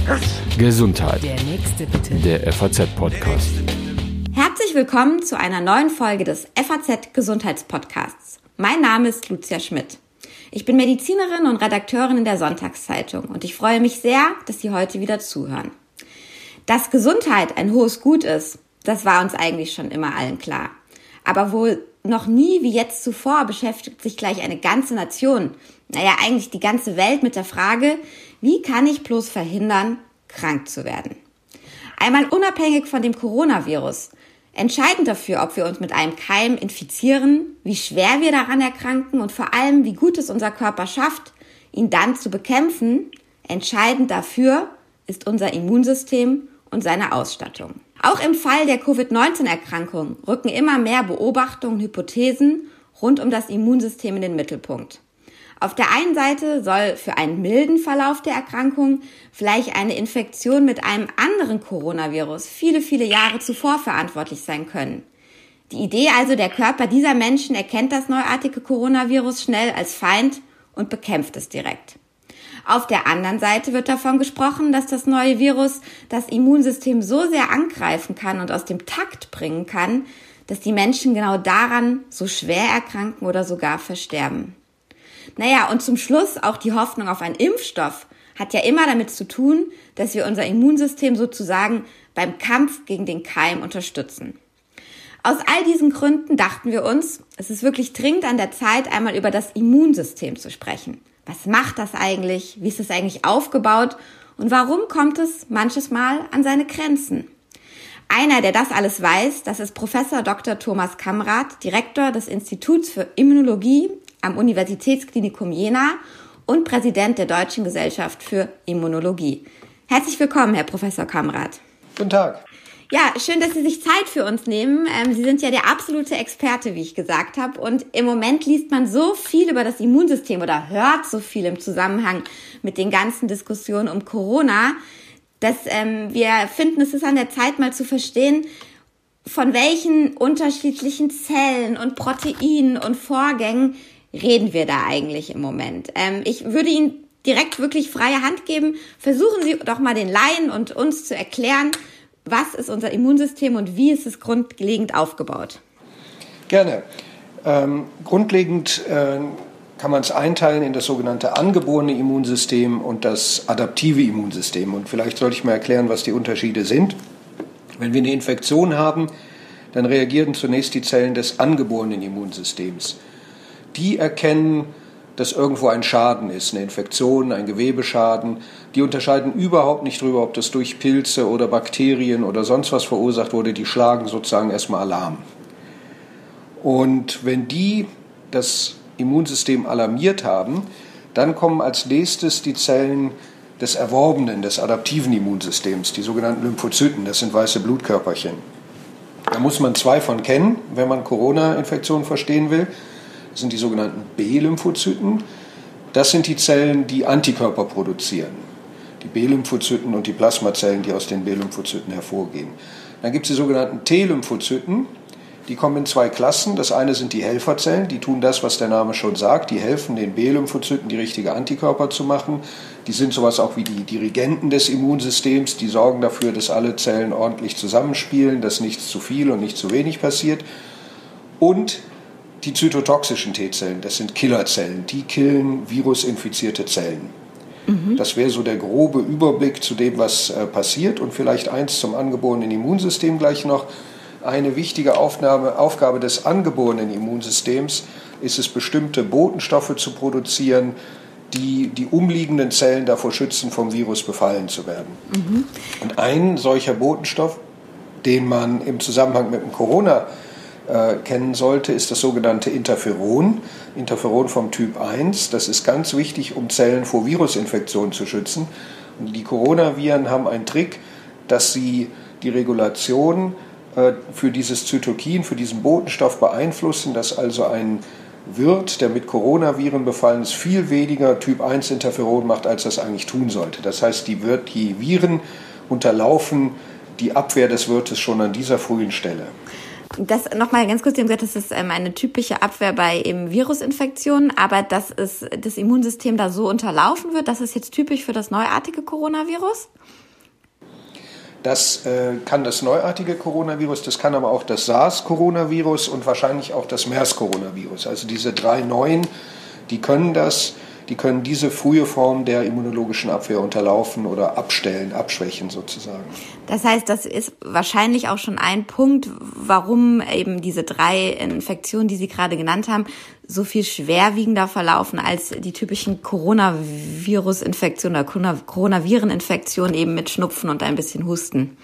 Gesundheit. Der nächste bitte. Der FAZ-Podcast. Herzlich willkommen zu einer neuen Folge des FAZ-Gesundheitspodcasts. Mein Name ist Lucia Schmidt. Ich bin Medizinerin und Redakteurin in der Sonntagszeitung und ich freue mich sehr, dass Sie heute wieder zuhören. Dass Gesundheit ein hohes Gut ist, das war uns eigentlich schon immer allen klar. Aber wohl noch nie wie jetzt zuvor beschäftigt sich gleich eine ganze Nation, eigentlich die ganze Welt mit der Frage, wie kann ich bloß verhindern, krank zu werden? Einmal unabhängig von dem Coronavirus, entscheidend dafür, ob wir uns mit einem Keim infizieren, wie schwer wir daran erkranken und vor allem, wie gut es unser Körper schafft, ihn dann zu bekämpfen, entscheidend dafür ist unser Immunsystem und seine Ausstattung. Auch im Fall der Covid-19-Erkrankung rücken immer mehr Beobachtungen und Hypothesen rund um das Immunsystem in den Mittelpunkt. Auf der einen Seite soll für einen milden Verlauf der Erkrankung vielleicht eine Infektion mit einem anderen Coronavirus viele, viele Jahre zuvor verantwortlich sein können. Die Idee also, der Körper dieser Menschen erkennt das neuartige Coronavirus schnell als Feind und bekämpft es direkt. Auf der anderen Seite wird davon gesprochen, dass das neue Virus das Immunsystem so sehr angreifen kann und aus dem Takt bringen kann, dass die Menschen genau daran so schwer erkranken oder sogar versterben. Und zum Schluss auch die Hoffnung auf einen Impfstoff hat ja immer damit zu tun, dass wir unser Immunsystem sozusagen beim Kampf gegen den Keim unterstützen. Aus all diesen Gründen dachten wir uns, es ist wirklich dringend an der Zeit, einmal über das Immunsystem zu sprechen. Was macht das eigentlich? Wie ist es eigentlich aufgebaut? Und warum kommt es manches Mal an seine Grenzen? Einer, der das alles weiß, das ist Professor Dr. Thomas Kamrath, Direktor des Instituts für Immunologie am Universitätsklinikum Jena und Präsident der Deutschen Gesellschaft für Immunologie. Herzlich willkommen, Herr Professor Kamrath. Guten Tag. Ja, schön, dass Sie sich Zeit für uns nehmen. Sie sind ja der absolute Experte, wie ich gesagt habe. Und im Moment liest man so viel über das Immunsystem oder hört so viel im Zusammenhang mit den ganzen Diskussionen um Corona, dass wir finden, es ist an der Zeit, mal zu verstehen, von welchen unterschiedlichen Zellen und Proteinen und Vorgängen reden wir da eigentlich im Moment. Ich würde Ihnen direkt wirklich freie Hand geben. Versuchen Sie doch mal den Laien und uns zu erklären, was ist unser Immunsystem und wie ist es grundlegend aufgebaut? Gerne. Grundlegend kann man es einteilen in das sogenannte angeborene Immunsystem und das adaptive Immunsystem. Und vielleicht sollte ich mal erklären, was die Unterschiede sind. Wenn wir eine Infektion haben, dann reagieren zunächst die Zellen des angeborenen Immunsystems. Die erkennen, dass irgendwo ein Schaden ist, eine Infektion, ein Gewebeschaden. Die unterscheiden überhaupt nicht darüber, ob das durch Pilze oder Bakterien oder sonst was verursacht wurde. Die schlagen sozusagen erstmal Alarm. Und wenn die das Immunsystem alarmiert haben, dann kommen als nächstes die Zellen des erworbenen, des adaptiven Immunsystems, die sogenannten Lymphozyten, das sind weiße Blutkörperchen. Da muss man zwei von kennen, wenn man Corona-Infektionen verstehen will. Das sind die sogenannten B-Lymphozyten. Das sind die Zellen, die Antikörper produzieren. Die B-Lymphozyten und die Plasmazellen, die aus den B-Lymphozyten hervorgehen. Dann gibt es die sogenannten T-Lymphozyten. Die kommen in zwei Klassen. Das eine sind die Helferzellen, die tun das, was der Name schon sagt. Die helfen den B-Lymphozyten, die richtige Antikörper zu machen. Die sind sowas auch wie die Dirigenten des Immunsystems. Die sorgen dafür, dass alle Zellen ordentlich zusammenspielen, dass nichts zu viel und nicht zu wenig passiert. Und die zytotoxischen T-Zellen, das sind Killerzellen, die killen virusinfizierte Zellen. Das wäre so der grobe Überblick zu dem, was passiert. Und vielleicht eins zum angeborenen Immunsystem gleich noch. Eine wichtige Aufgabe des angeborenen Immunsystems ist es, bestimmte Botenstoffe zu produzieren, die die umliegenden Zellen davor schützen, vom Virus befallen zu werden. Und ein solcher Botenstoff, den man im Zusammenhang mit dem Corona kennen sollte, ist das sogenannte Interferon. Interferon vom Typ 1. Das ist ganz wichtig, um Zellen vor Virusinfektionen zu schützen. Und die Coronaviren haben einen Trick, dass sie die Regulation für dieses Zytokin, für diesen Botenstoff beeinflussen, dass also ein Wirt, der mit Coronaviren befallen ist, viel weniger Typ 1 Interferon macht, als das eigentlich tun sollte. Das heißt, die Viren unterlaufen die Abwehr des Wirtes schon an dieser frühen Stelle. Das nochmal ganz kurz, Sie haben gesagt, das ist eine typische Abwehr bei eben Virusinfektionen, aber dass das Immunsystem da so unterlaufen wird, das ist jetzt typisch für das neuartige Coronavirus? Das kann das neuartige Coronavirus, das kann aber auch das SARS-Coronavirus und wahrscheinlich auch das MERS-Coronavirus. Also diese 3 neuen, die können diese frühe Form der immunologischen Abwehr unterlaufen oder abstellen, abschwächen sozusagen. Das heißt, das ist wahrscheinlich auch schon ein Punkt, warum eben diese 3 Infektionen, die Sie gerade genannt haben, so viel schwerwiegender verlaufen als die typischen Coronavirus-Infektionen oder Coronavireninfektionen eben mit Schnupfen und ein bisschen Husten.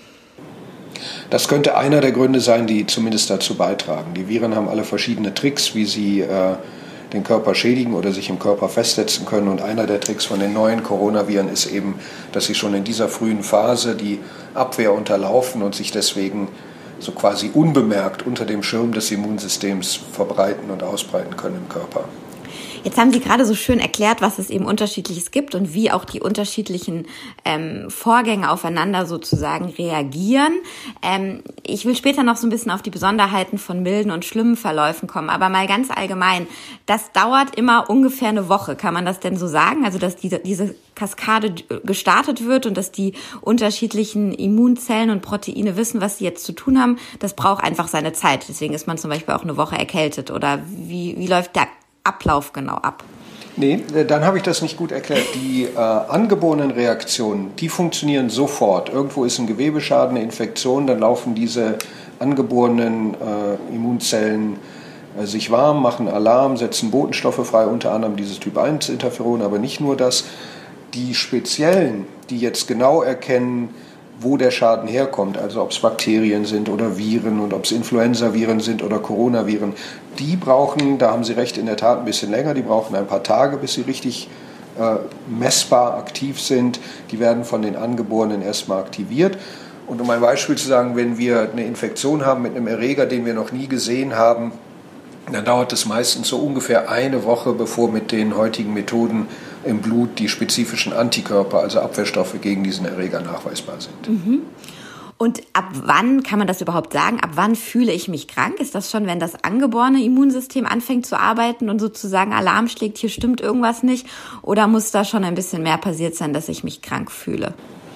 Das könnte einer der Gründe sein, die zumindest dazu beitragen. Die Viren haben alle verschiedene Tricks, wie sie den Körper schädigen oder sich im Körper festsetzen können. Und einer der Tricks von den neuen Coronaviren ist eben, dass sie schon in dieser frühen Phase die Abwehr unterlaufen und sich deswegen so quasi unbemerkt unter dem Schirm des Immunsystems verbreiten und ausbreiten können im Körper. Jetzt haben Sie gerade so schön erklärt, was es eben Unterschiedliches gibt und wie auch die unterschiedlichen Vorgänge aufeinander sozusagen reagieren. Ich will später noch so ein bisschen auf die Besonderheiten von milden und schlimmen Verläufen kommen, aber mal ganz allgemein, das dauert immer ungefähr eine Woche, kann man das denn so sagen? Also dass diese Kaskade gestartet wird und dass die unterschiedlichen Immunzellen und Proteine wissen, was sie jetzt zu tun haben, das braucht einfach seine Zeit. Deswegen ist man zum Beispiel auch eine Woche erkältet. Oder wie läuft der Ablauf genau ab? Nee, dann habe ich das nicht gut erklärt. Die angeborenen Reaktionen, die funktionieren sofort. Irgendwo ist ein Gewebeschaden, eine Infektion, dann laufen diese angeborenen Immunzellen sich warm, machen Alarm, setzen Botenstoffe frei, unter anderem dieses Typ-1-Interferon, aber nicht nur das. Die Speziellen, die jetzt genau erkennen, wo der Schaden herkommt, also ob es Bakterien sind oder Viren und ob es Influenzaviren sind oder Coronaviren, die brauchen, da haben Sie recht, in der Tat ein bisschen länger, die brauchen ein paar Tage, bis sie richtig messbar aktiv sind. Die werden von den Angeborenen erstmal aktiviert. Und um ein Beispiel zu sagen, wenn wir eine Infektion haben mit einem Erreger, den wir noch nie gesehen haben, dann dauert es meistens so ungefähr eine Woche, bevor mit den heutigen Methoden im Blut die spezifischen Antikörper, also Abwehrstoffe gegen diesen Erreger nachweisbar sind. Mhm. Und ab wann kann man das überhaupt sagen? Ab wann fühle ich mich krank? Ist das schon, wenn das angeborene Immunsystem anfängt zu arbeiten und sozusagen Alarm schlägt, hier stimmt irgendwas nicht? Oder muss da schon ein bisschen mehr passiert sein, dass ich mich krank fühle?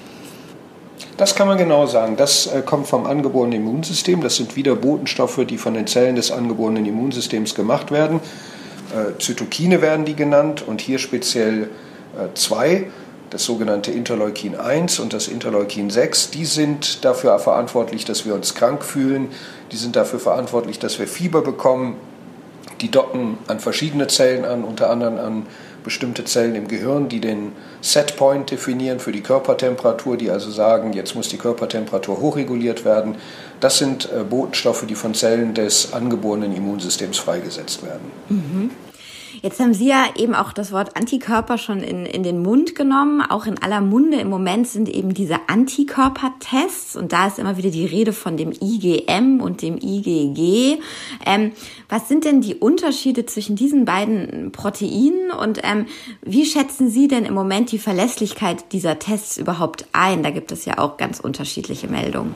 Das kann man genau sagen. Das kommt vom angeborenen Immunsystem. Das sind wieder Botenstoffe, die von den Zellen des angeborenen Immunsystems gemacht werden. Zytokine werden die genannt und hier speziell 2, das sogenannte Interleukin 1 und das Interleukin 6. Die sind dafür verantwortlich, dass wir uns krank fühlen. Die sind dafür verantwortlich, dass wir Fieber bekommen. Die docken an verschiedene Zellen an, unter anderem an bestimmte Zellen im Gehirn, die den Setpoint definieren für die Körpertemperatur, die also sagen, jetzt muss die Körpertemperatur hochreguliert werden. Das sind Botenstoffe, die von Zellen des angeborenen Immunsystems freigesetzt werden. Mhm. Jetzt haben Sie ja eben auch das Wort Antikörper schon in den Mund genommen. Auch in aller Munde im Moment sind eben diese Antikörpertests. Und da ist immer wieder die Rede von dem IgM und dem IgG. Was sind denn die Unterschiede zwischen diesen beiden Proteinen? Und wie schätzen Sie denn im Moment die Verlässlichkeit dieser Tests überhaupt ein? Da gibt es ja auch ganz unterschiedliche Meldungen.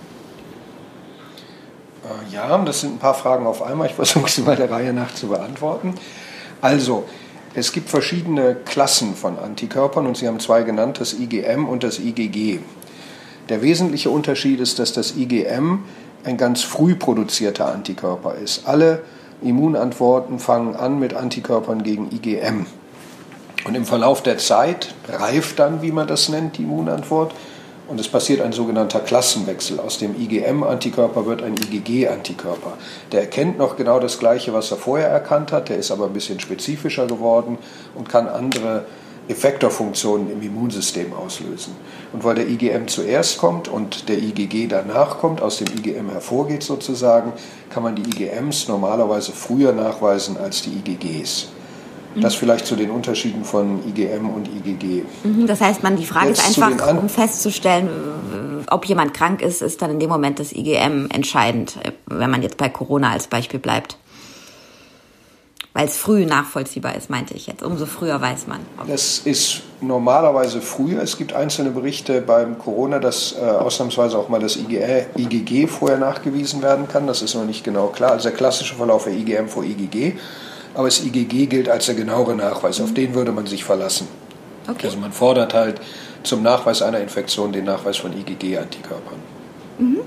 Ja, das sind ein paar Fragen auf einmal. Ich versuche sie mal der Reihe nach zu beantworten. Also, es gibt verschiedene Klassen von Antikörpern und Sie haben 2 genannt, das IgM und das IgG. Der wesentliche Unterschied ist, dass das IgM ein ganz früh produzierter Antikörper ist. Alle Immunantworten fangen an mit Antikörpern gegen IgM. Und im Verlauf der Zeit reift dann, wie man das nennt, die Immunantwort. Und es passiert ein sogenannter Klassenwechsel. Aus dem IgM-Antikörper wird ein IgG-Antikörper. Der erkennt noch genau das Gleiche, was er vorher erkannt hat. Der ist aber ein bisschen spezifischer geworden und kann andere Effektorfunktionen im Immunsystem auslösen. Und weil der IgM zuerst kommt und der IgG danach kommt, aus dem IgM hervorgeht sozusagen, kann man die IgMs normalerweise früher nachweisen als die IgGs. Das vielleicht zu den Unterschieden von IgM und IgG. Das heißt, die Frage ist einfach, um festzustellen, ob jemand krank ist, ist dann in dem Moment das IgM entscheidend, wenn man jetzt bei Corona als Beispiel bleibt. Weil es früh nachvollziehbar ist, meinte ich jetzt. Umso früher weiß man. Das ist normalerweise früher. Es gibt einzelne Berichte beim Corona, dass ausnahmsweise auch mal das IgG vorher nachgewiesen werden kann. Das ist noch nicht genau klar. Also der klassische Verlauf der IgM vor IgG. Aber das IgG gilt als der genauere Nachweis. Auf den würde man sich verlassen. Okay. Also man fordert halt zum Nachweis einer Infektion den Nachweis von IgG-Antikörpern. Mhm.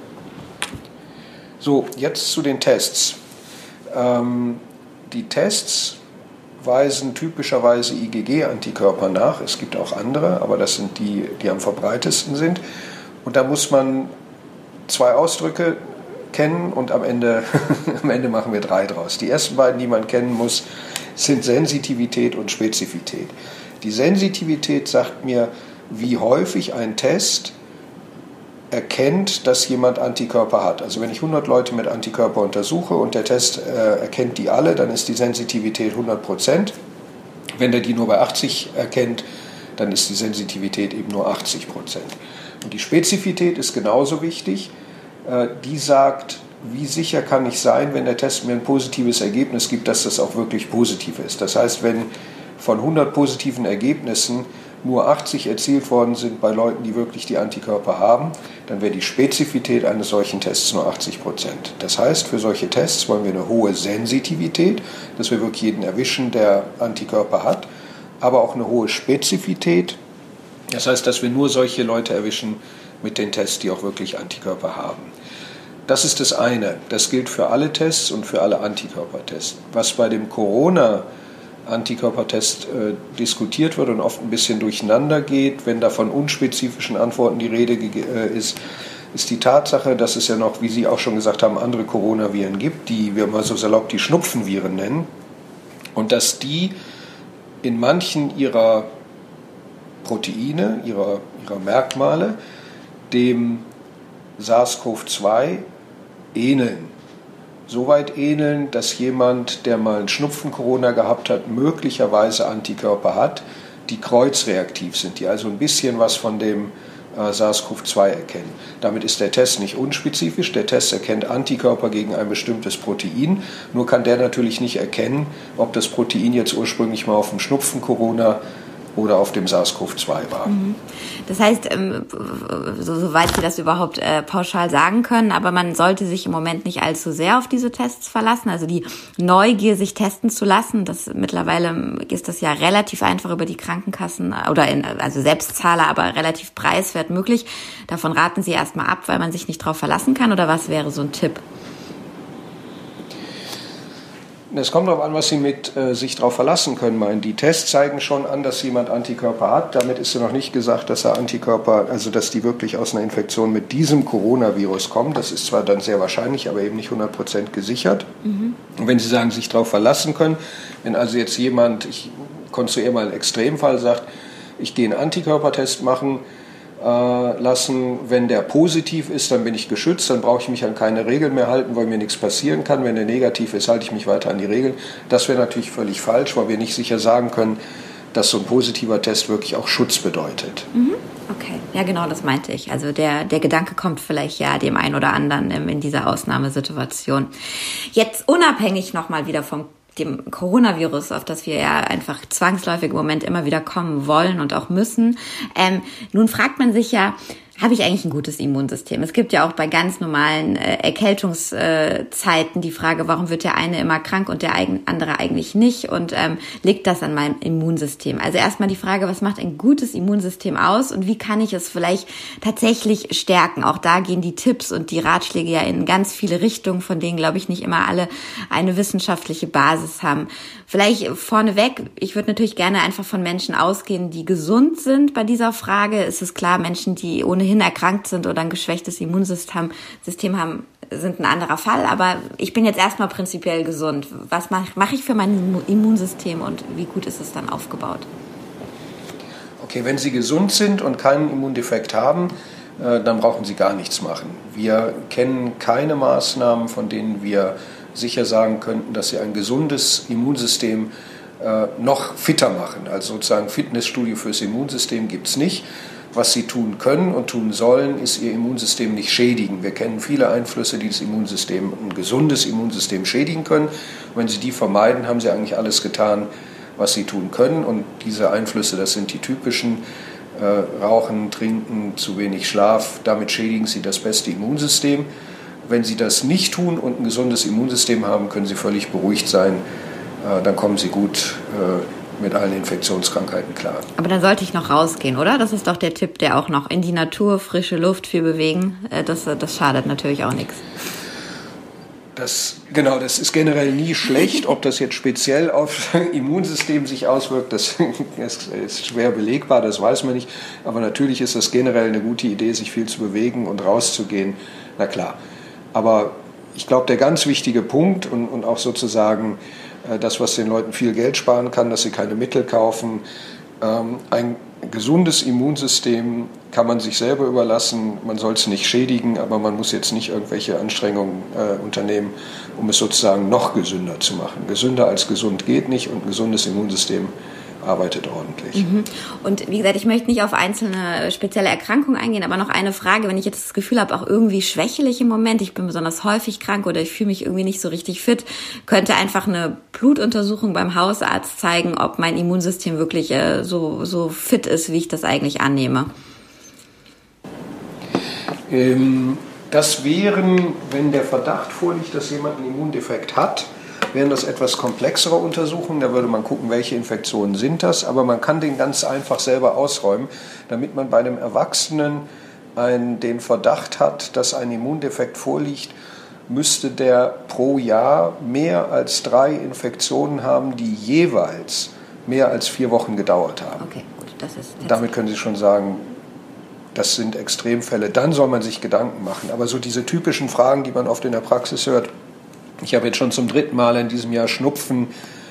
So, jetzt zu den Tests. Die Tests weisen typischerweise IgG-Antikörper nach. Es gibt auch andere, aber das sind die, die am verbreitesten sind. Und da muss man 2 Ausdrücke kennen und am Ende machen wir 3 draus. Die ersten beiden, die man kennen muss, sind Sensitivität und Spezifität. Die Sensitivität sagt mir, wie häufig ein Test erkennt, dass jemand Antikörper hat. Also wenn ich 100 Leute mit Antikörper untersuche und der Test erkennt die alle, dann ist die Sensitivität 100%. Wenn der die nur bei 80 erkennt, dann ist die Sensitivität eben nur 80%. Und die Spezifität ist genauso wichtig. Die sagt, wie sicher kann ich sein, wenn der Test mir ein positives Ergebnis gibt, dass das auch wirklich positiv ist. Das heißt, wenn von 100 positiven Ergebnissen nur 80 erzielt worden sind bei Leuten, die wirklich die Antikörper haben, dann wäre die Spezifität eines solchen Tests nur 80%. Das heißt, für solche Tests wollen wir eine hohe Sensitivität, dass wir wirklich jeden erwischen, der Antikörper hat, aber auch eine hohe Spezifität. Das heißt, dass wir nur solche Leute erwischen mit den Tests, die auch wirklich Antikörper haben. Das ist das eine. Das gilt für alle Tests und für alle Antikörpertests. Was bei dem Corona-Antikörpertest diskutiert wird und oft ein bisschen durcheinander geht, wenn da von unspezifischen Antworten die Rede ist die Tatsache, dass es ja noch, wie Sie auch schon gesagt haben, andere Coronaviren gibt, die wir mal so salopp die Schnupfenviren nennen, und dass die in manchen ihrer Proteine, ihrer Merkmale, dem SARS-CoV-2 ähneln. Soweit ähneln, dass jemand, der mal einen Schnupfen-Corona gehabt hat, möglicherweise Antikörper hat, die kreuzreaktiv sind, die also ein bisschen was von dem SARS-CoV-2 erkennen. Damit ist der Test nicht unspezifisch. Der Test erkennt Antikörper gegen ein bestimmtes Protein. Nur kann der natürlich nicht erkennen, ob das Protein jetzt ursprünglich mal auf dem Schnupfen-Corona oder auf dem SARS-CoV-2 war. Das heißt, soweit Sie das überhaupt pauschal sagen können, aber man sollte sich im Moment nicht allzu sehr auf diese Tests verlassen, also die Neugier, sich testen zu lassen. Mittlerweile ist das ja relativ einfach über die Krankenkassen also Selbstzahler, aber relativ preiswert möglich. Davon raten Sie erstmal ab, weil man sich nicht drauf verlassen kann, oder was wäre so ein Tipp? Es kommt darauf an, was Sie mit sich darauf verlassen können meinen. Die Tests zeigen schon an, dass jemand Antikörper hat. Damit ist ja noch nicht gesagt, dass er Antikörper, also dass die wirklich aus einer Infektion mit diesem Coronavirus kommen. Das ist zwar dann sehr wahrscheinlich, aber eben nicht 100% gesichert. Und wenn Sie sagen, sich darauf verlassen können, wenn also jetzt jemand, ich konstruiere mal einen Extremfall, sagt, ich gehe einen Antikörpertest machen lassen, wenn der positiv ist, dann bin ich geschützt, dann brauche ich mich an keine Regeln mehr halten, weil mir nichts passieren kann. Wenn der negativ ist, halte ich mich weiter an die Regeln. Das wäre natürlich völlig falsch, weil wir nicht sicher sagen können, dass so ein positiver Test wirklich auch Schutz bedeutet. Okay, ja genau, das meinte ich. Also der Gedanke kommt vielleicht ja dem einen oder anderen in dieser Ausnahmesituation. Jetzt unabhängig nochmal wieder vom dem Coronavirus, auf das wir ja einfach zwangsläufig im Moment immer wieder kommen wollen und auch müssen. Nun fragt man sich ja, habe ich eigentlich ein gutes Immunsystem? Es gibt ja auch bei ganz normalen Erkältungszeiten die Frage, warum wird der eine immer krank und der andere eigentlich nicht? Und liegt das an meinem Immunsystem? Also erstmal die Frage, was macht ein gutes Immunsystem aus und wie kann ich es vielleicht tatsächlich stärken? Auch da gehen die Tipps und die Ratschläge ja in ganz viele Richtungen, von denen, glaube ich, nicht immer alle eine wissenschaftliche Basis haben. Vielleicht vorneweg, ich würde natürlich gerne einfach von Menschen ausgehen, die gesund sind bei dieser Frage. Es ist klar, Menschen, die ohnehin erkrankt sind oder ein geschwächtes Immunsystem haben, sind ein anderer Fall. Aber ich bin jetzt erstmal prinzipiell gesund. Was mache ich für mein Immunsystem und wie gut ist es dann aufgebaut? Okay, wenn Sie gesund sind und keinen Immundefekt haben, dann brauchen Sie gar nichts machen. Wir kennen keine Maßnahmen, von denen wir sicher sagen könnten, dass sie ein gesundes Immunsystem noch fitter machen. Also sozusagen Fitnessstudio fürs Immunsystem gibt es nicht. Was sie tun können und tun sollen, ist ihr Immunsystem nicht schädigen. Wir kennen viele Einflüsse, die das Immunsystem, ein gesundes Immunsystem schädigen können. Und wenn sie die vermeiden, haben sie eigentlich alles getan, was sie tun können. Und diese Einflüsse, das sind die typischen: Rauchen, Trinken, zu wenig Schlaf. Damit schädigen sie das beste Immunsystem. Wenn sie das nicht tun und ein gesundes Immunsystem haben, können sie völlig beruhigt sein. Dann kommen sie gut mit allen Infektionskrankheiten klar. Aber dann sollte ich noch rausgehen, oder? Das ist doch der Tipp, der auch noch in die Natur, frische Luft, viel bewegen. Das schadet natürlich auch nichts. Das ist generell nie schlecht. Ob das jetzt speziell auf Immunsystem sich auswirkt, das ist schwer belegbar, das weiß man nicht. Aber natürlich ist das generell eine gute Idee, sich viel zu bewegen und rauszugehen. Na klar. Aber ich glaube, der ganz wichtige Punkt und auch sozusagen das, was den Leuten viel Geld sparen kann, dass sie keine Mittel kaufen. Ein gesundes Immunsystem kann man sich selber überlassen. Man soll es nicht schädigen, aber man muss jetzt nicht irgendwelche Anstrengungen unternehmen, um es sozusagen noch gesünder zu machen. Gesünder als gesund geht nicht und ein gesundes Immunsystem arbeitet ordentlich. Und wie gesagt, ich möchte nicht auf einzelne spezielle Erkrankungen eingehen, aber noch eine Frage, wenn ich jetzt das Gefühl habe, auch irgendwie schwächelig im Moment, ich bin besonders häufig krank oder ich fühle mich irgendwie nicht so richtig fit, könnte einfach eine Blutuntersuchung beim Hausarzt zeigen, ob mein Immunsystem wirklich so fit ist, wie ich das eigentlich annehme? Das wären, wenn der Verdacht vorliegt, dass jemand einen Immundefekt hat, wären das etwas komplexere Untersuchungen. Da würde man gucken, welche Infektionen sind das. Aber man kann den ganz einfach selber ausräumen, damit man bei einem Erwachsenen den Verdacht hat, dass ein Immundefekt vorliegt, müsste der pro Jahr mehr als 3 Infektionen haben, die jeweils mehr als 4 Wochen gedauert haben. Okay, gut, das ist damit können Sie schon sagen, das sind Extremfälle. Dann soll man sich Gedanken machen. Aber so diese typischen Fragen, die man oft in der Praxis hört, ich habe jetzt schon zum 3. Mal in diesem Jahr Schnupfen.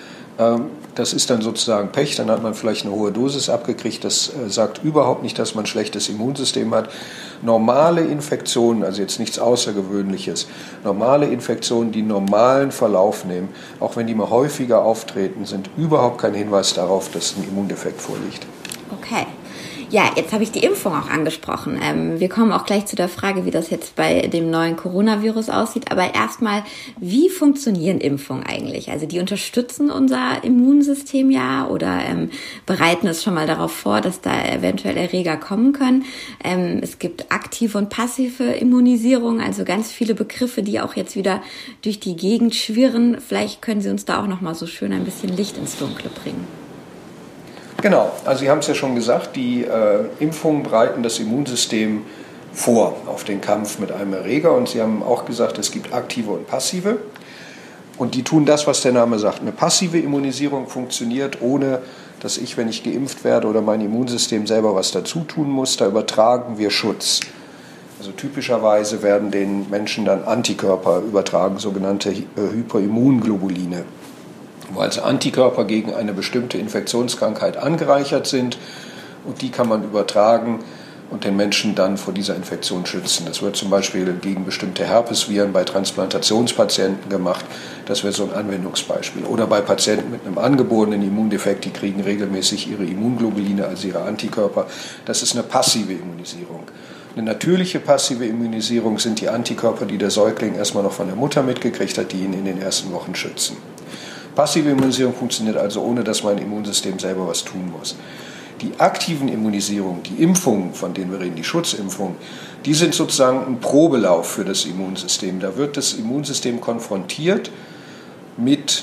Das ist dann sozusagen Pech, dann hat man vielleicht eine hohe Dosis abgekriegt. Das sagt überhaupt nicht, dass man ein schlechtes Immunsystem hat. Normale Infektionen, also jetzt nichts Außergewöhnliches, normale Infektionen, die normalen Verlauf nehmen, auch wenn die mal häufiger auftreten, sind überhaupt kein Hinweis darauf, dass ein Immundefekt vorliegt. Okay. Ja, jetzt habe ich die Impfung auch angesprochen. Wir kommen auch gleich zu der Frage, wie das jetzt bei dem neuen Coronavirus aussieht. Aber erstmal, wie funktionieren Impfungen eigentlich? Also die unterstützen unser Immunsystem ja oder bereiten es schon mal darauf vor, dass da eventuell Erreger kommen können. Es gibt aktive und passive Immunisierung, also ganz viele Begriffe, die auch jetzt wieder durch die Gegend schwirren. Vielleicht können Sie uns da auch noch mal so schön ein bisschen Licht ins Dunkle bringen. Genau, also Sie haben es ja schon gesagt, die Impfungen bereiten das Immunsystem vor auf den Kampf mit einem Erreger. Und Sie haben auch gesagt, es gibt aktive und passive. Und die tun das, was der Name sagt. Eine passive Immunisierung funktioniert, ohne dass ich, wenn ich geimpft werde oder mein Immunsystem selber was dazu tun muss, da übertragen wir Schutz. Also typischerweise werden den Menschen dann Antikörper übertragen, sogenannte Hyperimunglobuline, wo also Antikörper gegen eine bestimmte Infektionskrankheit angereichert sind und die kann man übertragen und den Menschen dann vor dieser Infektion schützen. Das wird zum Beispiel gegen bestimmte Herpesviren bei Transplantationspatienten gemacht. Das wäre so ein Anwendungsbeispiel. Oder bei Patienten mit einem angeborenen Immundefekt, die kriegen regelmäßig ihre Immunglobuline, also ihre Antikörper. Das ist eine passive Immunisierung. Eine natürliche passive Immunisierung sind die Antikörper, die der Säugling erstmal noch von der Mutter mitgekriegt hat, die ihn in den ersten Wochen schützen. Passive Immunisierung funktioniert also, ohne dass mein Immunsystem selber was tun muss. Die aktiven Immunisierungen, die Impfungen, von denen wir reden, die Schutzimpfungen, die sind sozusagen ein Probelauf für das Immunsystem. Da wird das Immunsystem konfrontiert mit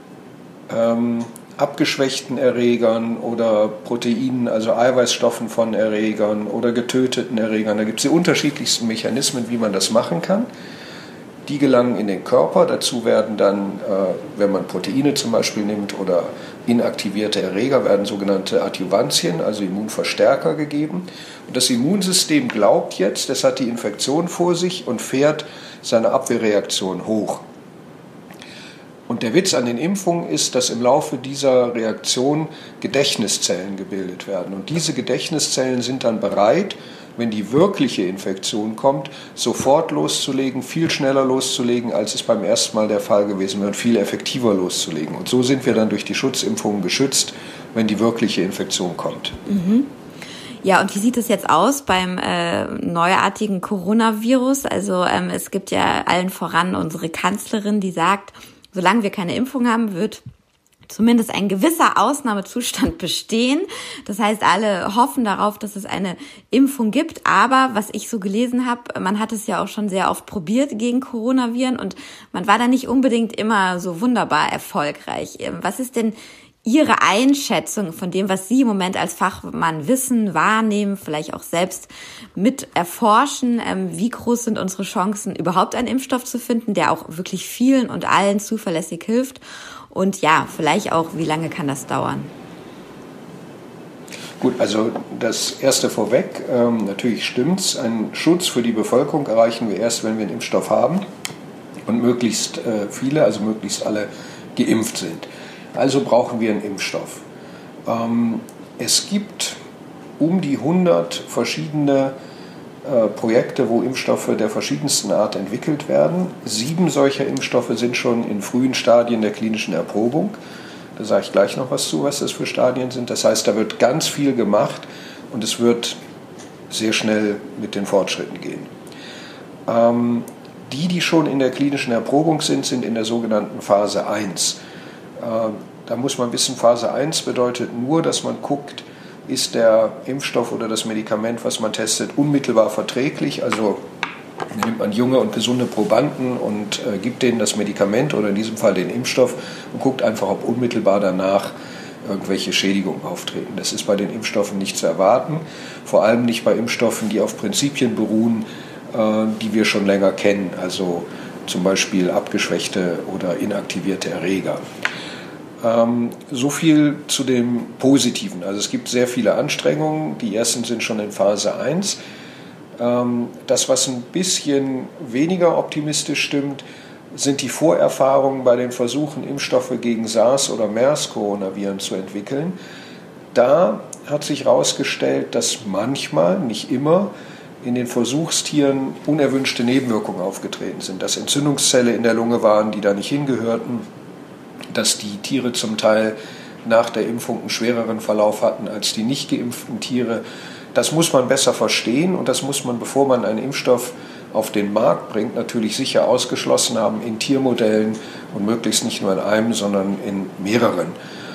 abgeschwächten Erregern oder Proteinen, also Eiweißstoffen von Erregern oder getöteten Erregern. Da gibt es die unterschiedlichsten Mechanismen, wie man das machen kann. Die gelangen in den Körper. Dazu werden dann, wenn man Proteine zum Beispiel nimmt oder inaktivierte Erreger, werden sogenannte Adjuvantien, also Immunverstärker gegeben. Und das Immunsystem glaubt jetzt, es hat die Infektion vor sich und fährt seine Abwehrreaktion hoch. Und der Witz an den Impfungen ist, dass im Laufe dieser Reaktion Gedächtniszellen gebildet werden. Und diese Gedächtniszellen sind dann bereit, wenn die wirkliche Infektion kommt, sofort loszulegen, viel schneller loszulegen, als es beim ersten Mal der Fall gewesen wäre, und viel effektiver loszulegen. Und so sind wir dann durch die Schutzimpfungen geschützt, wenn die wirkliche Infektion kommt. Mhm. Ja, und wie sieht es jetzt aus beim neuartigen Coronavirus? Also es gibt ja allen voran unsere Kanzlerin, die sagt, solange wir keine Impfung haben, wird zumindest ein gewisser Ausnahmezustand bestehen. Das heißt, alle hoffen darauf, dass es eine Impfung gibt. Aber was ich so gelesen habe, man hat es ja auch schon sehr oft probiert gegen Coronaviren und man war da nicht unbedingt immer so wunderbar erfolgreich. Was ist denn Ihre Einschätzung von dem, was Sie im Moment als Fachmann wissen, wahrnehmen, vielleicht auch selbst mit erforschen? Wie groß sind unsere Chancen, überhaupt einen Impfstoff zu finden, der auch wirklich vielen und allen zuverlässig hilft? Und ja, vielleicht auch, wie lange kann das dauern? Gut, also das Erste vorweg, natürlich stimmt's. Einen Schutz für die Bevölkerung erreichen wir erst, wenn wir einen Impfstoff haben und möglichst viele, also möglichst alle geimpft sind. Also brauchen wir einen Impfstoff. Es gibt um die 100 verschiedene Projekte, wo Impfstoffe der verschiedensten Art entwickelt werden. 7 solcher Impfstoffe sind schon in frühen Stadien der klinischen Erprobung. Da sage ich gleich noch was zu, was das für Stadien sind. Das heißt, da wird ganz viel gemacht und es wird sehr schnell mit den Fortschritten gehen. Die schon in der klinischen Erprobung sind, sind in der sogenannten Phase 1. Da muss man wissen, Phase 1 bedeutet nur, dass man guckt, ist der Impfstoff oder das Medikament, was man testet, unmittelbar verträglich. Also nimmt man junge und gesunde Probanden und gibt denen das Medikament oder in diesem Fall den Impfstoff und guckt einfach, ob unmittelbar danach irgendwelche Schädigungen auftreten. Das ist bei den Impfstoffen nicht zu erwarten, vor allem nicht bei Impfstoffen, die auf Prinzipien beruhen, die wir schon länger kennen, also zum Beispiel abgeschwächte oder inaktivierte Erreger. So viel zu dem Positiven. Also es gibt sehr viele Anstrengungen. Die ersten sind schon in Phase 1. Das, was ein bisschen weniger optimistisch stimmt, sind die Vorerfahrungen bei den Versuchen, Impfstoffe gegen SARS- oder MERS-Coronaviren zu entwickeln. Da hat sich herausgestellt, dass manchmal, nicht immer, in den Versuchstieren unerwünschte Nebenwirkungen aufgetreten sind. Dass Entzündungszellen in der Lunge waren, die da nicht hingehörten. Dass die Tiere zum Teil nach der Impfung einen schwereren Verlauf hatten als die nicht geimpften Tiere. Das muss man besser verstehen und das muss man, bevor man einen Impfstoff auf den Markt bringt, natürlich sicher ausgeschlossen haben in Tiermodellen und möglichst nicht nur in einem, sondern in mehreren.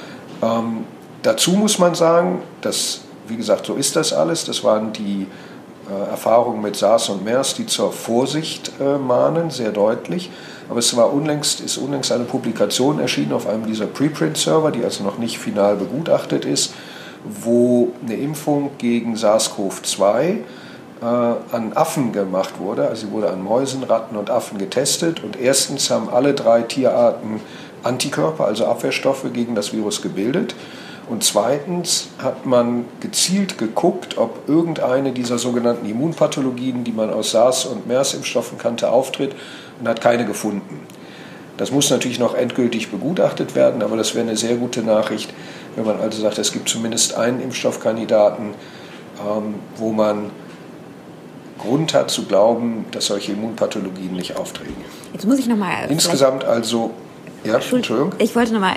Dazu muss man sagen, dass, wie gesagt, so ist das alles. Das waren die Erfahrungen mit SARS und MERS, die zur Vorsicht mahnen, sehr deutlich. Aber es ist unlängst eine Publikation erschienen auf einem dieser Preprint-Server, die also noch nicht final begutachtet ist, wo eine Impfung gegen SARS-CoV-2 an Affen gemacht wurde. Also sie wurde an Mäusen, Ratten und Affen getestet. Und erstens haben alle 3 Tierarten Antikörper, also Abwehrstoffe gegen das Virus gebildet. Und zweitens hat man gezielt geguckt, ob irgendeine dieser sogenannten Immunpathologien, die man aus SARS- und MERS-Impfstoffen kannte, auftritt und hat keine gefunden. Das muss natürlich noch endgültig begutachtet werden, aber das wäre eine sehr gute Nachricht, wenn man also sagt, es gibt zumindest einen Impfstoffkandidaten, wo man Grund hat zu glauben, dass solche Immunpathologien nicht auftreten. Jetzt muss ich nochmal... Insgesamt also... Ja, Entschuldigung. Ich wollte noch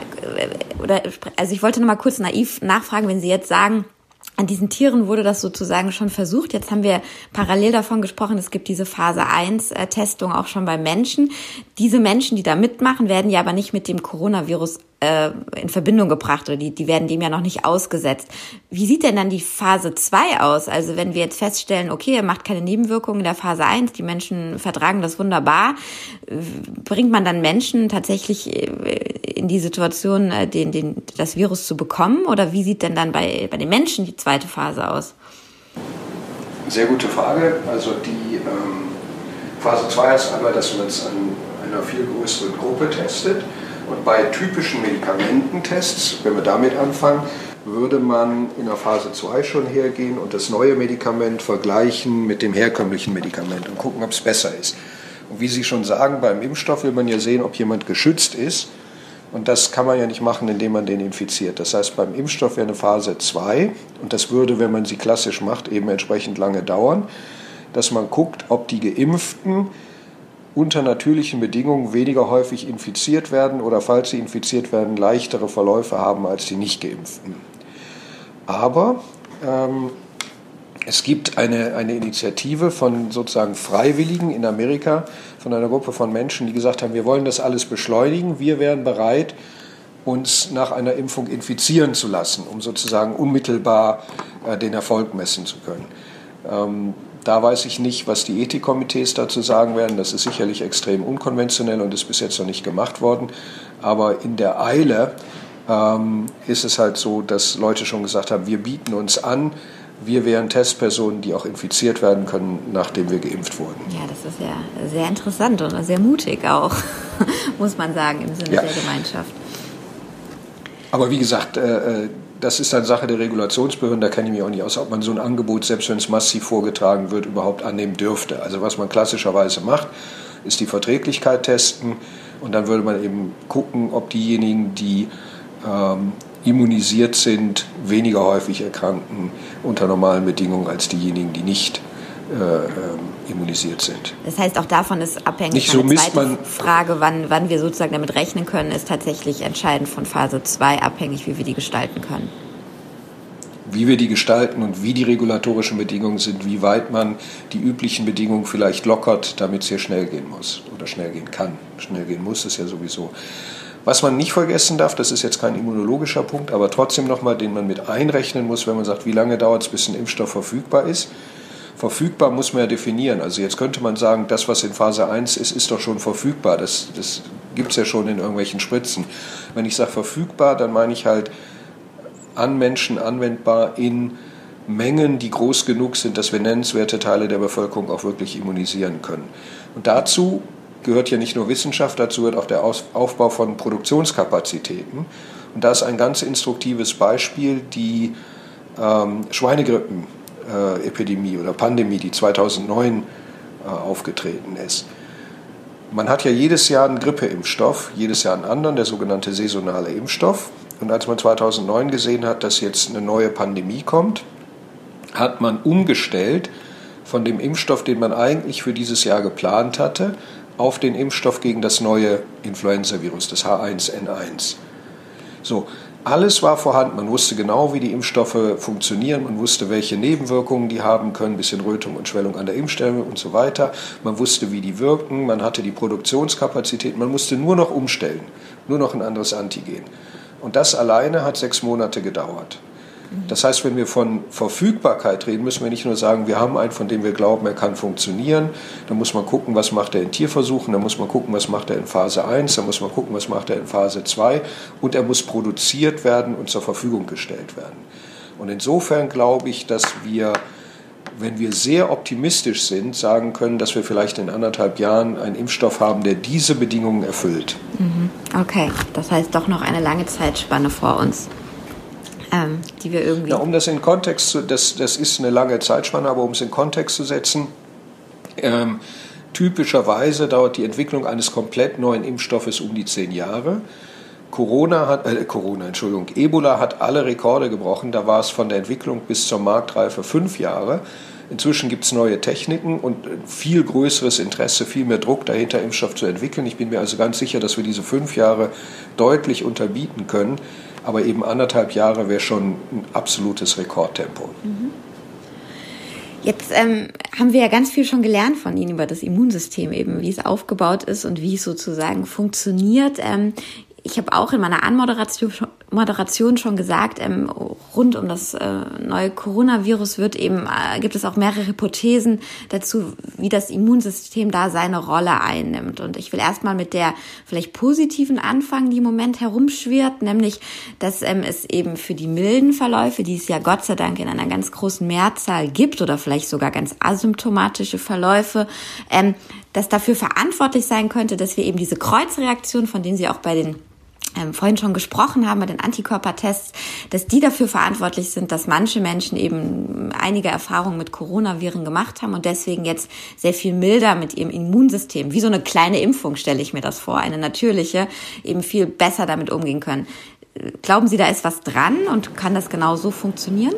mal kurz naiv nachfragen, wenn Sie jetzt sagen, an diesen Tieren wurde das sozusagen schon versucht. Jetzt haben wir parallel davon gesprochen, es gibt diese Phase 1 Testung auch schon bei Menschen. Diese Menschen, die da mitmachen, werden ja aber nicht mit dem Coronavirus in Verbindung gebracht oder die werden dem ja noch nicht ausgesetzt. Wie sieht denn dann die Phase 2 aus? Also wenn wir jetzt feststellen, okay, er macht keine Nebenwirkungen in der Phase 1, die Menschen vertragen das wunderbar, bringt man dann Menschen tatsächlich in die Situation, das Virus zu bekommen? Oder wie sieht denn dann bei den Menschen die zweite Phase aus? Sehr gute Frage. Also die Phase 2 heißt einmal, dass man es an einer viel größeren Gruppe testet. Und bei typischen Medikamententests, wenn wir damit anfangen, würde man in der Phase 2 schon hergehen und das neue Medikament vergleichen mit dem herkömmlichen Medikament und gucken, ob es besser ist. Und wie Sie schon sagen, beim Impfstoff will man ja sehen, ob jemand geschützt ist. Und das kann man ja nicht machen, indem man den infiziert. Das heißt, beim Impfstoff wäre eine Phase 2, und das würde, wenn man sie klassisch macht, eben entsprechend lange dauern, dass man guckt, ob die Geimpften unter natürlichen Bedingungen weniger häufig infiziert werden oder, falls sie infiziert werden, leichtere Verläufe haben als die Nicht-Geimpften. Aber Es gibt eine Initiative von sozusagen Freiwilligen in Amerika, von einer Gruppe von Menschen, die gesagt haben, wir wollen das alles beschleunigen, wir wären bereit, uns nach einer Impfung infizieren zu lassen, um sozusagen unmittelbar den Erfolg messen zu können. Da weiß ich nicht, was die Ethikkomitees dazu sagen werden. Das ist sicherlich extrem unkonventionell und ist bis jetzt noch nicht gemacht worden. Aber in der Eile ist es halt so, dass Leute schon gesagt haben, wir bieten uns an, wir wären Testpersonen, die auch infiziert werden können, nachdem wir geimpft wurden. Ja, das ist ja sehr interessant und sehr mutig auch, muss man sagen, im Sinne der Gemeinschaft. Aber wie gesagt, das ist dann Sache der Regulationsbehörden, da kenne ich mich auch nicht aus, ob man so ein Angebot, selbst wenn es massiv vorgetragen wird, überhaupt annehmen dürfte. Also was man klassischerweise macht, ist die Verträglichkeit testen und dann würde man eben gucken, ob diejenigen, die immunisiert sind, weniger häufig erkranken unter normalen Bedingungen als diejenigen, die nicht immunisiert sind. Das heißt, auch davon ist abhängig. Nicht so misst man. Frage, wann wir sozusagen damit rechnen können, ist tatsächlich entscheidend von Phase 2 abhängig, wie wir die gestalten können. Wie wir die gestalten und wie die regulatorischen Bedingungen sind, wie weit man die üblichen Bedingungen vielleicht lockert, damit es hier schnell gehen muss oder schnell gehen kann. Schnell gehen muss es ja sowieso. Was man nicht vergessen darf, das ist jetzt kein immunologischer Punkt, aber trotzdem nochmal, den man mit einrechnen muss, wenn man sagt, wie lange dauert es, bis ein Impfstoff verfügbar ist. Verfügbar muss man ja definieren. Also jetzt könnte man sagen, das, was in Phase 1 ist, ist doch schon verfügbar. Das gibt es ja schon in irgendwelchen Spritzen. Wenn ich sage verfügbar, dann meine ich halt an Menschen anwendbar in Mengen, die groß genug sind, dass wir nennenswerte Teile der Bevölkerung auch wirklich immunisieren können. Und dazu gehört ja nicht nur Wissenschaft, dazu gehört auch der Aufbau von Produktionskapazitäten. Und da ist ein ganz instruktives Beispiel die Schweinegrippenepidemie oder Pandemie, die 2009 aufgetreten ist. Man hat ja jedes Jahr einen Grippeimpfstoff, jedes Jahr einen anderen, der sogenannte saisonale Impfstoff. Und als man 2009 gesehen hat, dass jetzt eine neue Pandemie kommt, hat man umgestellt von dem Impfstoff, den man eigentlich für dieses Jahr geplant hatte, auf den Impfstoff gegen das neue Influenza-Virus, das H1N1. So, alles war vorhanden. Man wusste genau, wie die Impfstoffe funktionieren. Man wusste, welche Nebenwirkungen die haben können, ein bisschen Rötung und Schwellung an der Impfstelle und so weiter. Man wusste, wie die wirken. Man hatte die Produktionskapazität. Man musste nur noch umstellen, nur noch ein anderes Antigen. Und das alleine hat 6 Monate gedauert. Das heißt, wenn wir von Verfügbarkeit reden, müssen wir nicht nur sagen, wir haben einen, von dem wir glauben, er kann funktionieren. Dann muss man gucken, was macht er in Tierversuchen, dann muss man gucken, was macht er in Phase 1, dann muss man gucken, was macht er in Phase 2 und er muss produziert werden und zur Verfügung gestellt werden. Und insofern glaube ich, dass wir, wenn wir sehr optimistisch sind, sagen können, dass wir vielleicht in 1,5 Jahren einen Impfstoff haben, der diese Bedingungen erfüllt. Okay, das heißt doch noch eine lange Zeitspanne vor uns. Die wir irgendwie... Ja, um das in Kontext zu, das ist eine lange Zeitspanne, aber um es in Kontext zu setzen, typischerweise dauert die Entwicklung eines komplett neuen Impfstoffes um die 10 Jahre. Ebola hat alle Rekorde gebrochen, da war es von der Entwicklung bis zur Marktreife 5 Jahre. Inzwischen gibt es neue Techniken und viel größeres Interesse, viel mehr Druck dahinter, Impfstoff zu entwickeln. Ich bin mir also ganz sicher, dass wir diese 5 Jahre deutlich unterbieten können. Aber eben 1,5 Jahre wäre schon ein absolutes Rekordtempo. Jetzt haben wir ja ganz viel schon gelernt von Ihnen über das Immunsystem, eben wie es aufgebaut ist und wie es sozusagen funktioniert. Ich habe auch in meiner Anmoderation schon gesagt, rund um das neue Coronavirus gibt es auch mehrere Hypothesen dazu, wie das Immunsystem da seine Rolle einnimmt. Und ich will erstmal mit der vielleicht positiven anfangen, die im Moment herumschwirrt, nämlich, dass es eben für die milden Verläufe, die es ja Gott sei Dank in einer ganz großen Mehrzahl gibt oder vielleicht sogar ganz asymptomatische Verläufe, das dafür verantwortlich sein könnte, dass wir eben diese Kreuzreaktion, von denen Sie auch bei den vorhin schon gesprochen haben, bei den Antikörpertests, dass die dafür verantwortlich sind, dass manche Menschen eben einige Erfahrungen mit Coronaviren gemacht haben und deswegen jetzt sehr viel milder mit ihrem Immunsystem, wie so eine kleine Impfung, stelle ich mir das vor, eine natürliche, eben viel besser damit umgehen können. Glauben Sie, da ist was dran und kann das genau so funktionieren?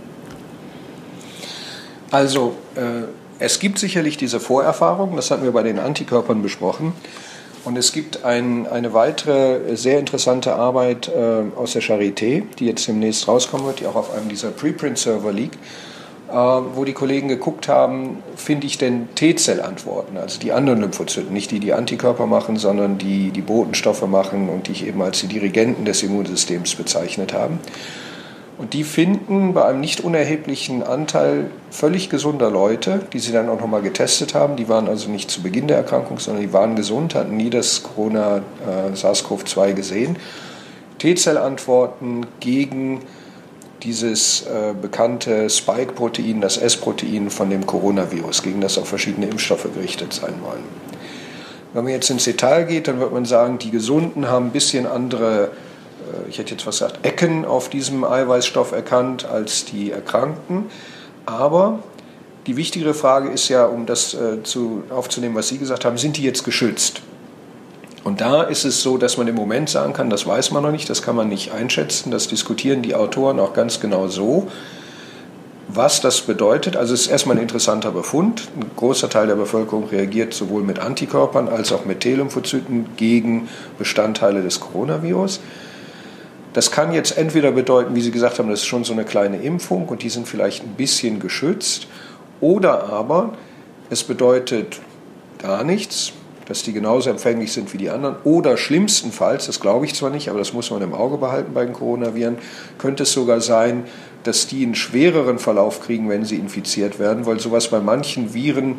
Also, es gibt sicherlich diese Vorerfahrung, das hatten wir bei den Antikörpern besprochen. Und es gibt eine weitere sehr interessante Arbeit aus der Charité, die jetzt demnächst rauskommen wird, die auch auf einem dieser Preprint-Server liegt. wo die Kollegen geguckt haben, finde ich denn T-Zellantworten, also die anderen Lymphozyten, nicht die Antikörper machen, sondern die Botenstoffe machen und die ich eben als die Dirigenten des Immunsystems bezeichnet habe. Und die finden bei einem nicht unerheblichen Anteil völlig gesunder Leute, die sie dann auch nochmal getestet haben, die waren also nicht zu Beginn der Erkrankung, sondern die waren gesund, hatten nie das Corona-SARS-CoV-2 gesehen, T-Zellantworten gegen dieses bekannte Spike-Protein, das S-Protein von dem Coronavirus, gegen das auch verschiedene Impfstoffe gerichtet sein wollen. Wenn man jetzt ins Detail geht, dann wird man sagen, die Gesunden haben ein bisschen andere, ich hätte jetzt fast gesagt, Ecken auf diesem Eiweißstoff erkannt als die Erkrankten. Aber die wichtigere Frage ist ja, um das aufzunehmen, was Sie gesagt haben, sind die jetzt geschützt? Und da ist es so, dass man im Moment sagen kann, das weiß man noch nicht, das kann man nicht einschätzen, das diskutieren die Autoren auch ganz genau so, was das bedeutet. Also es ist erstmal ein interessanter Befund. Ein großer Teil der Bevölkerung reagiert sowohl mit Antikörpern als auch mit T-Lymphozyten gegen Bestandteile des Coronavirus. Das kann jetzt entweder bedeuten, wie Sie gesagt haben, das ist schon so eine kleine Impfung und die sind vielleicht ein bisschen geschützt, oder aber es bedeutet gar nichts, dass die genauso empfänglich sind wie die anderen. Oder schlimmstenfalls, das glaube ich zwar nicht, aber das muss man im Auge behalten bei den Coronaviren, könnte es sogar sein, dass die einen schwereren Verlauf kriegen, wenn sie infiziert werden, weil sowas bei manchen Viren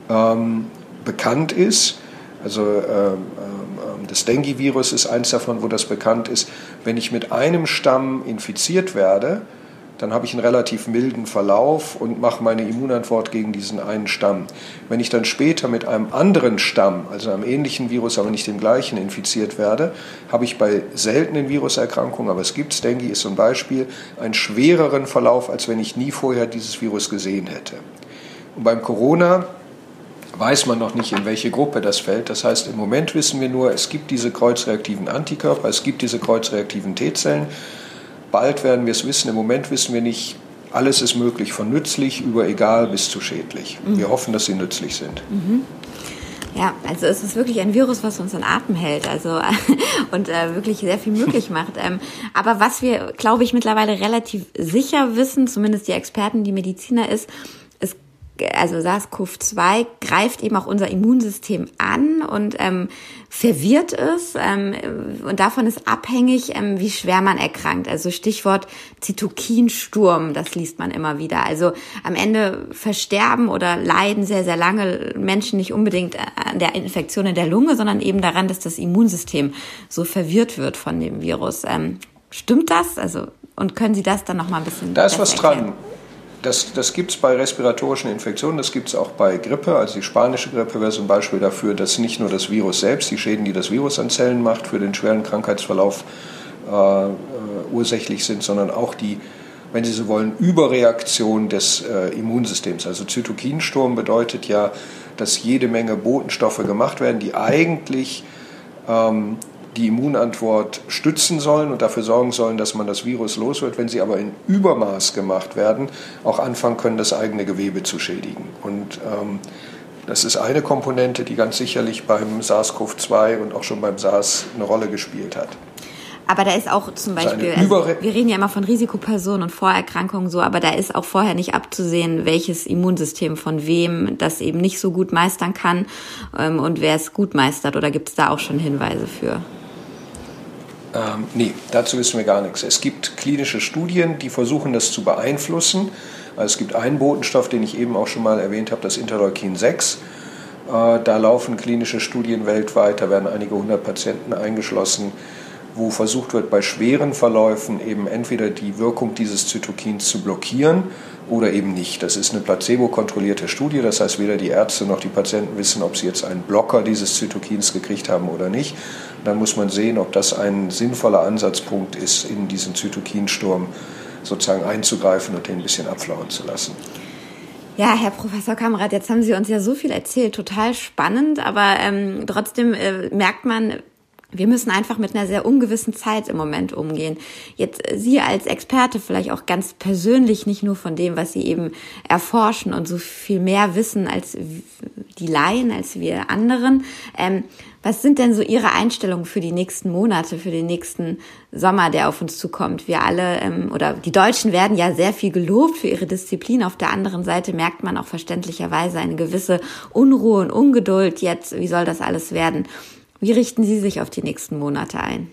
bekannt ist. Also das Dengue-Virus ist eins davon, wo das bekannt ist. Wenn ich mit einem Stamm infiziert werde, dann habe ich einen relativ milden Verlauf und mache meine Immunantwort gegen diesen einen Stamm. Wenn ich dann später mit einem anderen Stamm, also einem ähnlichen Virus, aber nicht dem gleichen, infiziert werde, habe ich bei seltenen Viruserkrankungen, aber es gibt, Dengue ist so ein Beispiel, einen schwereren Verlauf, als wenn ich nie vorher dieses Virus gesehen hätte. Und beim Corona weiß man noch nicht, in welche Gruppe das fällt. Das heißt, im Moment wissen wir nur, es gibt diese kreuzreaktiven Antikörper, es gibt diese kreuzreaktiven T-Zellen. Bald werden wir es wissen, im Moment wissen wir nicht, alles ist möglich, von nützlich über egal bis zu schädlich. Wir hoffen, dass sie nützlich sind. Ja, also es ist wirklich ein Virus, was uns in Atem hält, also und wirklich sehr viel möglich macht. Aber was wir, glaube ich, mittlerweile relativ sicher wissen, zumindest die Experten, die Mediziner, ist, also SARS-CoV-2 greift eben auch unser Immunsystem an und verwirrt es. Und davon ist abhängig, wie schwer man erkrankt. Also Stichwort Zytokinsturm, das liest man immer wieder. Also am Ende versterben oder leiden sehr, sehr lange Menschen nicht unbedingt an der Infektion in der Lunge, sondern eben daran, dass das Immunsystem so verwirrt wird von dem Virus. Stimmt das? Also, und können Sie das dann noch mal ein bisschen Da ist was erklären? dran. Das gibt es bei respiratorischen Infektionen, das gibt es auch bei Grippe. Also die spanische Grippe wäre so ein Beispiel dafür, dass nicht nur das Virus selbst, die Schäden, die das Virus an Zellen macht, für den schweren Krankheitsverlauf ursächlich sind, sondern auch die, wenn Sie so wollen, Überreaktion des Immunsystems. Also Zytokinsturm bedeutet ja, dass jede Menge Botenstoffe gemacht werden, die eigentlich die Immunantwort stützen sollen und dafür sorgen sollen, dass man das Virus los wird. Wenn sie aber in Übermaß gemacht werden, auch anfangen können, das eigene Gewebe zu schädigen. Und das ist eine Komponente, die ganz sicherlich beim SARS-CoV-2 und auch schon beim SARS eine Rolle gespielt hat. Aber da ist auch zum Beispiel, wir reden ja immer von Risikopersonen und Vorerkrankungen so, aber da ist auch vorher nicht abzusehen, welches Immunsystem von wem das eben nicht so gut meistern kann und wer es gut meistert. Oder gibt es da auch schon Hinweise für? Nee, dazu wissen wir gar nichts. Es gibt klinische Studien, die versuchen, das zu beeinflussen. Also es gibt einen Botenstoff, den ich eben auch schon mal erwähnt habe, das Interleukin 6. Da laufen klinische Studien weltweit, da werden einige 100 Patienten eingeschlossen, wo versucht wird, bei schweren Verläufen eben entweder die Wirkung dieses Zytokins zu blockieren oder eben nicht. Das ist eine placebo-kontrollierte Studie, das heißt, weder die Ärzte noch die Patienten wissen, ob sie jetzt einen Blocker dieses Zytokins gekriegt haben oder nicht. Dann muss man sehen, ob das ein sinnvoller Ansatzpunkt ist, in diesen Zytokinsturm sozusagen einzugreifen und den ein bisschen abflauen zu lassen. Ja, Herr Professor Kamrath, jetzt haben Sie uns ja so viel erzählt, total spannend, aber trotzdem merkt man, wir müssen einfach mit einer sehr ungewissen Zeit im Moment umgehen. Jetzt Sie als Experte vielleicht auch ganz persönlich, nicht nur von dem, was Sie eben erforschen und so viel mehr wissen als die Laien, als wir anderen. Was sind denn so Ihre Einstellungen für die nächsten Monate, für den nächsten Sommer, der auf uns zukommt? Wir alle, oder die Deutschen werden ja sehr viel gelobt für ihre Disziplin. Auf der anderen Seite merkt man auch verständlicherweise eine gewisse Unruhe und Ungeduld jetzt. Wie soll das alles werden? Wie richten Sie sich auf die nächsten Monate ein?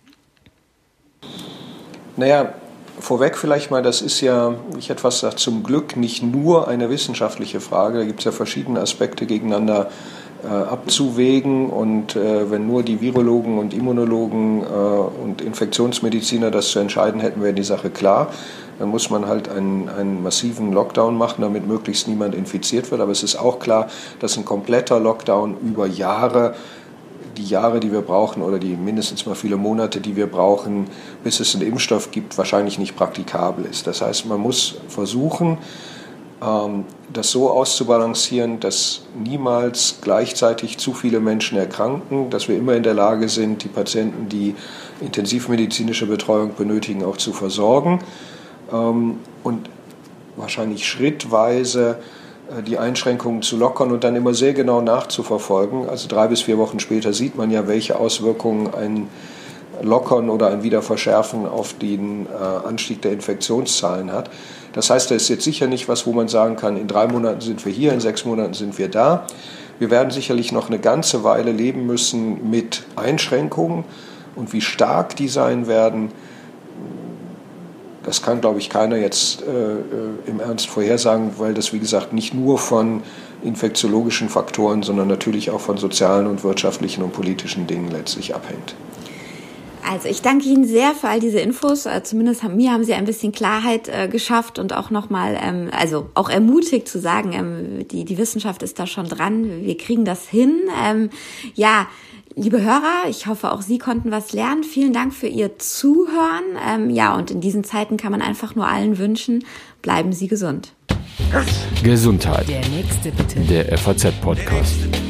Naja, vorweg vielleicht mal, das ist ja, ich hätte fast gesagt, zum Glück nicht nur eine wissenschaftliche Frage. Da gibt es ja verschiedene Aspekte gegeneinander abzuwägen, und wenn nur die Virologen und Immunologen und Infektionsmediziner das zu entscheiden hätten, wäre die Sache klar. Dann muss man halt einen massiven Lockdown machen, damit möglichst niemand infiziert wird. Aber es ist auch klar, dass ein kompletter Lockdown über Jahre, die Jahre, die wir brauchen, oder die mindestens mal viele Monate, die wir brauchen, bis es einen Impfstoff gibt, wahrscheinlich nicht praktikabel ist. Das heißt, man muss versuchen, das so auszubalancieren, dass niemals gleichzeitig zu viele Menschen erkranken, dass wir immer in der Lage sind, die Patienten, die intensivmedizinische Betreuung benötigen, auch zu versorgen, und wahrscheinlich schrittweise die Einschränkungen zu lockern und dann immer sehr genau nachzuverfolgen. Also 3 bis 4 Wochen später sieht man ja, welche Auswirkungen ein Lockern oder ein Wiederverschärfen auf den Anstieg der Infektionszahlen hat. Das heißt, das ist jetzt sicher nicht was, wo man sagen kann, in 3 Monaten sind wir hier, in 6 Monaten sind wir da. Wir werden sicherlich noch eine ganze Weile leben müssen mit Einschränkungen, und wie stark die sein werden, das kann, glaube ich, keiner jetzt im Ernst vorhersagen, weil das, wie gesagt, nicht nur von infektiologischen Faktoren, sondern natürlich auch von sozialen und wirtschaftlichen und politischen Dingen letztlich abhängt. Also ich danke Ihnen sehr für all diese Infos. Zumindest mir haben Sie ein bisschen Klarheit geschafft und auch nochmal, also auch ermutigt zu sagen, die Wissenschaft ist da schon dran. Wir kriegen das hin. Ja, liebe Hörer, ich hoffe, auch Sie konnten was lernen. Vielen Dank für Ihr Zuhören. Ja, und in diesen Zeiten kann man einfach nur allen wünschen, bleiben Sie gesund. Gesundheit. Der nächste bitte. Der FAZ-Podcast.